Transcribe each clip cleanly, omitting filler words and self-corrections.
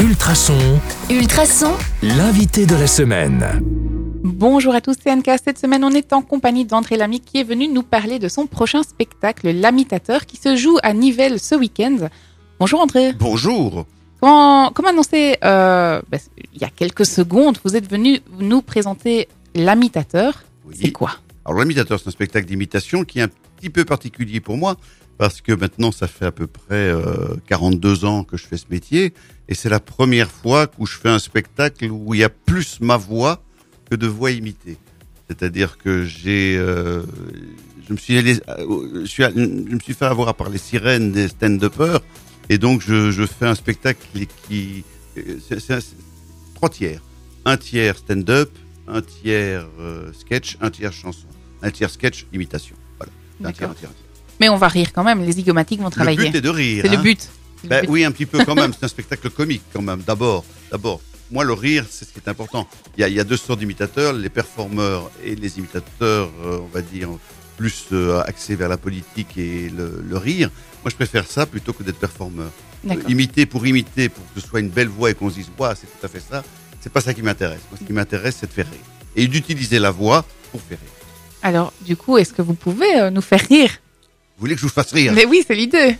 Ultrason, Ultrason, l'invité de la semaine. Bonjour à tous, c'est Anka. Cette semaine, on est en compagnie d'André Lamy qui est venu nous parler de son prochain spectacle, L'Imitateur, qui se joue à Nivelles ce week-end. Bonjour André. Bonjour. Comme annoncé il y a quelques secondes, vous êtes venu nous présenter L'Imitateur. Oui. C'est quoi? Alors l'imitateur, c'est un spectacle d'imitation qui est un petit peu particulier pour moi parce que maintenant ça fait à peu près 42 ans que je fais ce métier et c'est la première fois où je fais un spectacle où il y a plus ma voix que de voix imitée. C'est-à-dire que je me suis fait avoir par les sirènes des stand-uppers et donc je fais un spectacle qui c'est 3 tiers. Un tiers stand-up, un tiers sketch, un tiers chanson, un tiers sketch, imitation. Voilà. Un tiers. Mais on va rire quand même, les zygomatiques vont travailler. Le but est de rire. C'est le but. Oui, un petit peu quand même. C'est un spectacle comique quand même. D'abord. Moi, le rire, c'est ce qui est important. Il y a 2 sortes d'imitateurs, les performeurs et les imitateurs, on va dire, plus axés vers la politique et le rire. Moi, je préfère ça plutôt que d'être performeur. Imiter, pour que ce soit une belle voix et qu'on se dise, ouais, c'est tout à fait ça. C'est pas ça qui m'intéresse. Moi, ce qui m'intéresse, c'est de faire rire. Et d'utiliser la voix pour faire rire. Alors, du coup, est-ce que vous pouvez nous faire rire? Vous voulez que je vous fasse rire? Mais oui, c'est l'idée.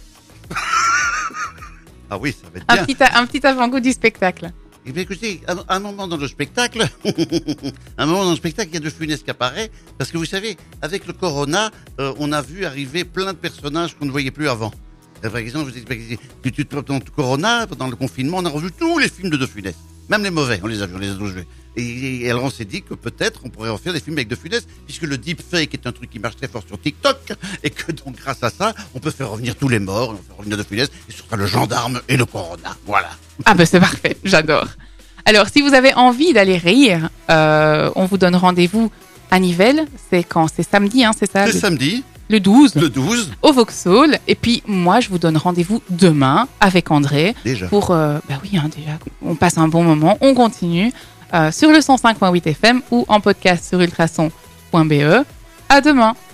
Ah oui, ça va être bien. Un petit avant-goût du spectacle. Eh bien, écoutez, un moment dans le spectacle, il y a De Funès qui apparaît, parce que vous savez, avec le corona, on a vu arriver plein de personnages qu'on ne voyait plus avant. Par exemple, dans le corona, pendant le confinement, on a revu tous les films de De Funès. Même les mauvais, on les a tous vus. Et alors on s'est dit que peut-être on pourrait refaire des films avec De Funès, puisque le deepfake est un truc qui marche très fort sur TikTok, et que donc grâce à ça, on peut faire revenir tous les morts, on peut faire revenir De Funès, et surtout le gendarme et le corona. Voilà. Ah ben c'est parfait, j'adore. Alors si vous avez envie d'aller rire, on vous donne rendez-vous à Nivelles. C'est quand? C'est samedi, hein, c'est ça? C'est samedi. Le 12. Le 12. Au Vauxhall. Et puis moi, je vous donne rendez-vous demain avec André. Déjà. Pour, déjà, on passe un bon moment, on continue sur le 105.8 FM ou en podcast sur ultrason.be. À demain.